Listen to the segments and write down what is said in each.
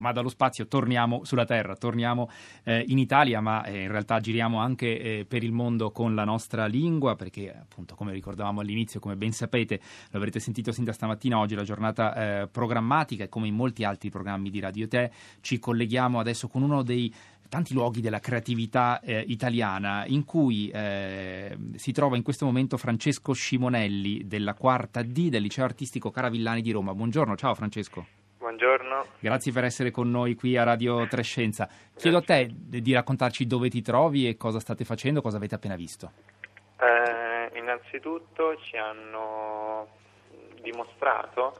Ma dallo spazio torniamo sulla Terra, torniamo in Italia, ma in realtà giriamo anche per il mondo con la nostra lingua, perché appunto, come ricordavamo all'inizio, come ben sapete, lo avrete sentito sin da stamattina, oggi è la giornata programmatica e come in molti altri programmi di Radio Te ci colleghiamo adesso con uno dei tanti luoghi della creatività italiana, in cui si trova in questo momento Francesco Scimonelli della quarta D del Liceo Artistico Caravillani di Roma. Buongiorno, ciao Francesco. Buongiorno. Grazie per essere con noi qui a Radio Trescenza. Chiedo a te di raccontarci dove ti trovi e cosa state facendo, cosa avete appena visto. Innanzitutto ci hanno dimostrato...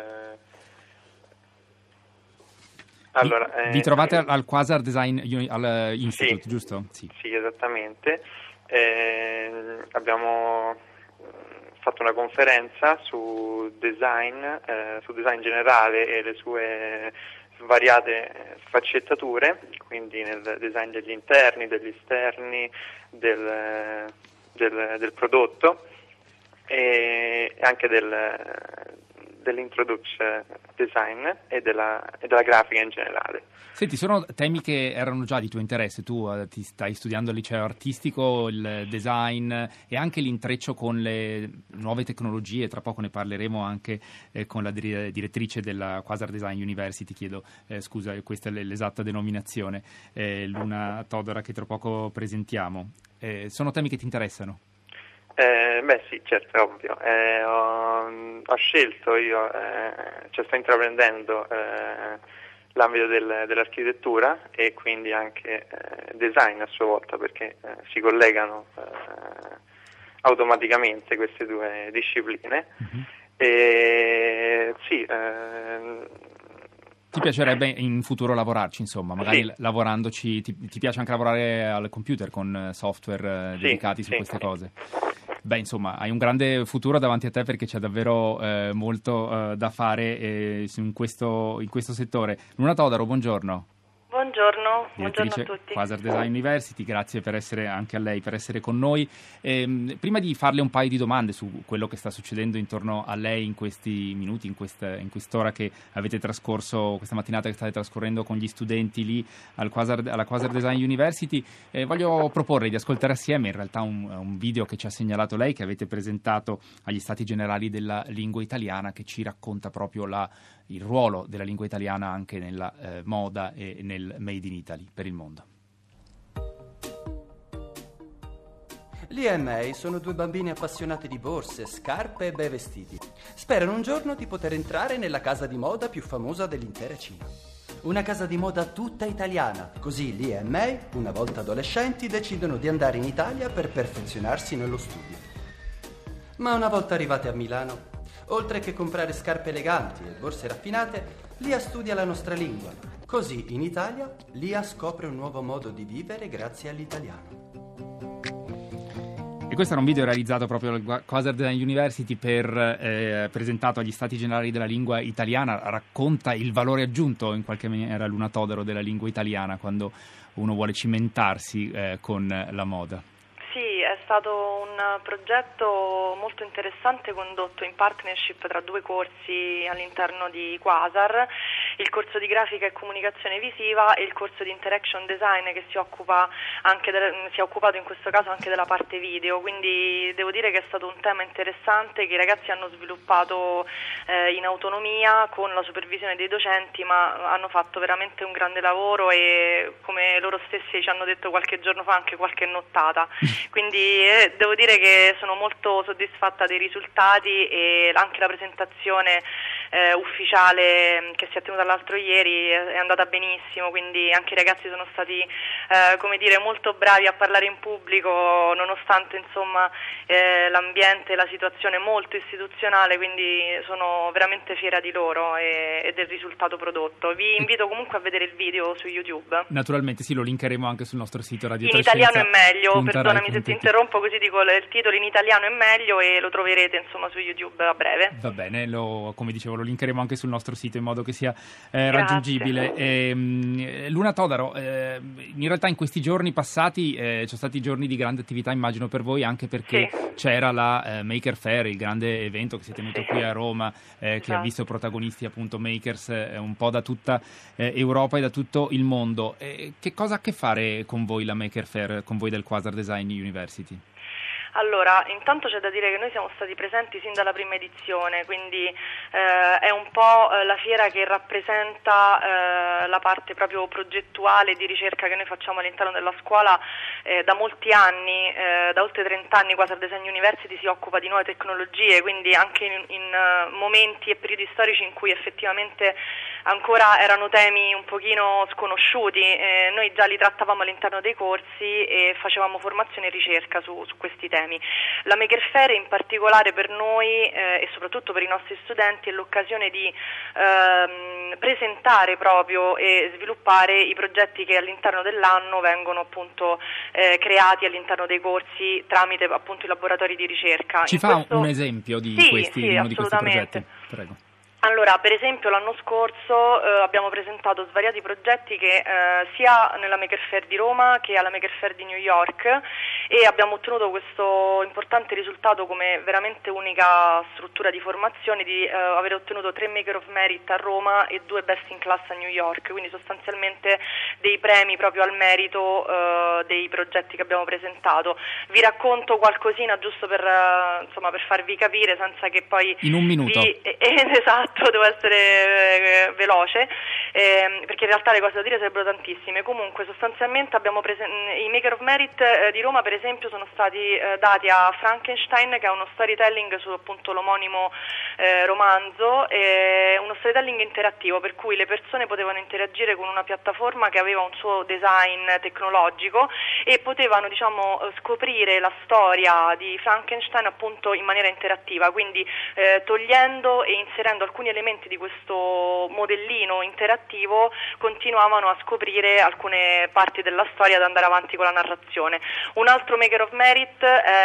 Vi trovate al Quasar Design Institute, sì, giusto? Sì, esattamente. Abbiamo fatto una conferenza su design generale e le sue svariate sfaccettature, quindi nel design degli interni, degli esterni, del prodotto e anche dell'introduction design e della grafica in generale. Senti, sono temi che erano già di tuo interesse, tu ti stai studiando al liceo artistico, il design e anche l'intreccio con le nuove tecnologie, tra poco ne parleremo anche con la direttrice della Quasar Design University, chiedo scusa, questa è l'esatta denominazione, Luna Todora, che tra poco presentiamo. Sono temi che ti interessano? Sì, certo, è ovvio. Ho scelto io, sto intraprendendo l'ambito dell'architettura e quindi anche design a sua volta, perché si collegano automaticamente queste due discipline. Mm-hmm. Ti piacerebbe in futuro lavorarci, insomma, magari sì. Lavorandoci, ti piace anche lavorare al computer con software dedicati su queste cose? Beh, insomma, hai un grande futuro davanti a te perché c'è davvero molto da fare in questo settore. Luna Todaro, buongiorno. Buongiorno a tutti. Quasar Design University, grazie per essere anche a lei, per essere con noi. Prima di farle un paio di domande su quello che sta succedendo intorno a lei in questi minuti, in quest'ora che avete trascorso, questa mattinata che state trascorrendo con gli studenti lì alla Quasar Design University, voglio proporre di ascoltare assieme in realtà un video che ci ha segnalato lei, che avete presentato agli Stati Generali della Lingua Italiana, che ci racconta proprio il ruolo della lingua italiana anche nella moda e nel Made in Italy per il mondo. Lia e May sono due bambini appassionati di borse, scarpe e bei vestiti. Sperano un giorno di poter entrare nella casa di moda più famosa dell'intera Cina. Una casa di moda tutta italiana. Così Lia e May, una volta adolescenti, decidono di andare in Italia per perfezionarsi nello studio. Ma una volta arrivate a Milano, oltre che comprare scarpe eleganti e borse raffinate, Lia studia la nostra lingua. Così in Italia Lia scopre un nuovo modo di vivere grazie all'italiano. E questo era un video realizzato proprio al Quasar Design University presentato agli Stati Generali della Lingua Italiana. Racconta il valore aggiunto in qualche maniera Luna Todaro della lingua italiana quando uno vuole cimentarsi con la moda. Sì, è stato un progetto molto interessante condotto in partnership tra due corsi all'interno di Quasar, il corso di grafica e comunicazione visiva e il corso di interaction design, che si è occupato in questo caso anche della parte video, quindi devo dire che è stato un tema interessante che i ragazzi hanno sviluppato in autonomia con la supervisione dei docenti, ma hanno fatto veramente un grande lavoro e, come loro stessi ci hanno detto qualche giorno fa, anche qualche nottata. Quindi devo dire che sono molto soddisfatta dei risultati e anche la presentazione ufficiale che si è tenuta l'altro ieri è andata benissimo, quindi anche i ragazzi sono stati molto bravi a parlare in pubblico, nonostante insomma l'ambiente e la situazione molto istituzionale, quindi sono veramente fiera di loro e del risultato prodotto. Vi invito comunque a vedere il video su YouTube. Naturalmente sì, lo linkeremo anche sul nostro sito Radio In Trescenza. Italiano è meglio, perdonami se ti interrompo, così dico il titolo in italiano è meglio e lo troverete insomma su YouTube a breve. Va bene, come dicevo, lo linkeremo anche sul nostro sito in modo che sia raggiungibile. Luna Todaro, in realtà in questi giorni passati ci sono stati giorni di grande attività, immagino per voi, anche perché c'era la Maker Faire, il grande evento che si è tenuto qui a Roma, che ha visto protagonisti appunto makers un po' da tutta Europa e da tutto il mondo. Che cosa ha a che fare con voi la Maker Faire, con voi del Quasar Design University? Allora, intanto c'è da dire che noi siamo stati presenti sin dalla prima edizione, quindi è un po' la fiera che rappresenta la parte proprio progettuale di ricerca che noi facciamo all'interno della scuola. Da molti anni, da oltre 30 anni, Quasar Design University si occupa di nuove tecnologie, quindi anche in momenti e periodi storici in cui effettivamente ancora erano temi un pochino sconosciuti, noi già li trattavamo all'interno dei corsi e facevamo formazione e ricerca su questi temi. La Maker Faire in particolare per noi e soprattutto per i nostri studenti è l'occasione di presentare proprio e sviluppare i progetti che all'interno dell'anno vengono appunto creati all'interno dei corsi tramite appunto i laboratori di ricerca. Ci fa un esempio di uno di questi progetti? Prego. Allora, per esempio l'anno scorso abbiamo presentato svariati progetti che sia nella Maker Faire di Roma che alla Maker Faire di New York, e abbiamo ottenuto questo importante risultato come veramente unica struttura di formazione di aver ottenuto 3 Maker of Merit a Roma e 2 Best in Class a New York, quindi sostanzialmente dei premi proprio al merito dei progetti che abbiamo presentato. Vi racconto qualcosina giusto per farvi capire senza che poi... In un minuto. Esatto. Devo essere veloce perché in realtà le cose da dire sarebbero tantissime. Comunque sostanzialmente abbiamo i Maker of Merit di Roma per esempio sono stati dati a Frankenstein, che è uno storytelling su appunto l'omonimo romanzo, uno storytelling interattivo per cui le persone potevano interagire con una piattaforma che aveva un suo design tecnologico e potevano scoprire la storia di Frankenstein appunto in maniera interattiva, quindi togliendo e inserendo alcuni elementi di questo modellino interattivo continuavano a scoprire alcune parti della storia, ad andare avanti con la narrazione. Un altro Maker of Merit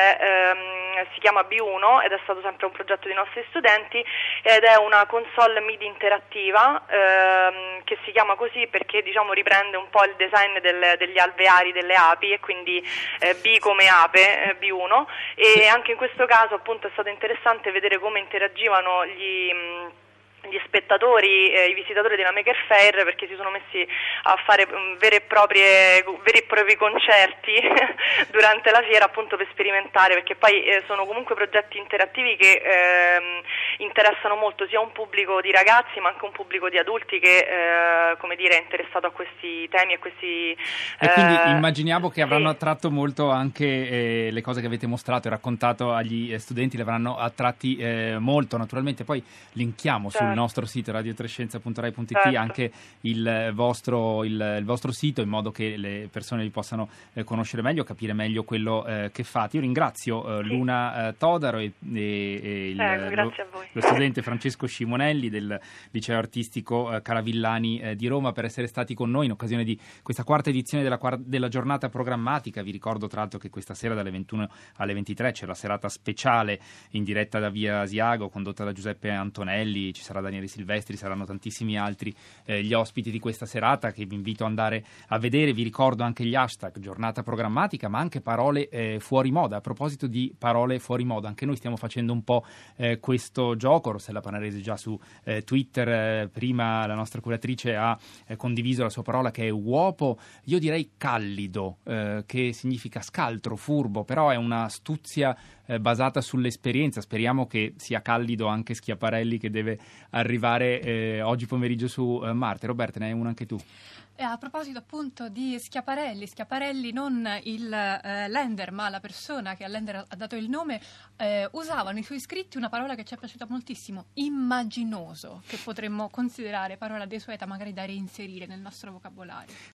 si chiama B1 ed è stato sempre un progetto dei nostri studenti ed è una console MIDI interattiva che si chiama così perché riprende un po' il design degli alveari delle api e quindi B come ape, B1, e anche in questo caso appunto è stato interessante vedere come interagivano gli spettatori, i visitatori della Maker Faire, perché si sono messi a fare veri e propri concerti durante la fiera appunto per sperimentare, perché poi sono comunque progetti interattivi che interessano molto sia un pubblico di ragazzi ma anche un pubblico di adulti che è interessato a questi temi e questi e quindi immaginiamo che avranno attratto molto anche le cose che avete mostrato e raccontato agli studenti, le avranno attratti molto. Naturalmente poi linkiamo sul nostro sito radio3scienza.rai.it anche il vostro sito, in modo che le persone vi possano conoscere meglio, capire meglio quello che fate. Io ringrazio Luna Todaro e lo studente Francesco Scimonelli del Liceo Artistico Caravillani di Roma per essere stati con noi in occasione di questa quarta edizione della giornata programmatica. Vi ricordo tra l'altro che questa sera dalle 21 alle 23 c'è la serata speciale in diretta da Via Asiago condotta da Giuseppe Antonelli, ci sarà Daniele Silvestri, saranno tantissimi altri gli ospiti di questa serata che vi invito ad andare a vedere. Vi ricordo anche gli hashtag giornata programmatica ma anche parole fuori moda. A proposito di parole fuori moda, anche noi stiamo facendo un po' questo gioco. Rossella Panarese già su Twitter prima la nostra curatrice ha condiviso la sua parola che è uopo, io direi callido, che significa scaltro, furbo, però è una astuzia basata sull'esperienza. Speriamo che sia callido anche Schiaparelli che deve arrivare oggi pomeriggio su Marte. Roberta, ne hai una anche tu? A proposito appunto di Schiaparelli non il lender ma la persona che al lender ha dato il nome, usava nei suoi scritti una parola che ci è piaciuta moltissimo, immaginoso, che potremmo considerare parola desueta magari da reinserire nel nostro vocabolario.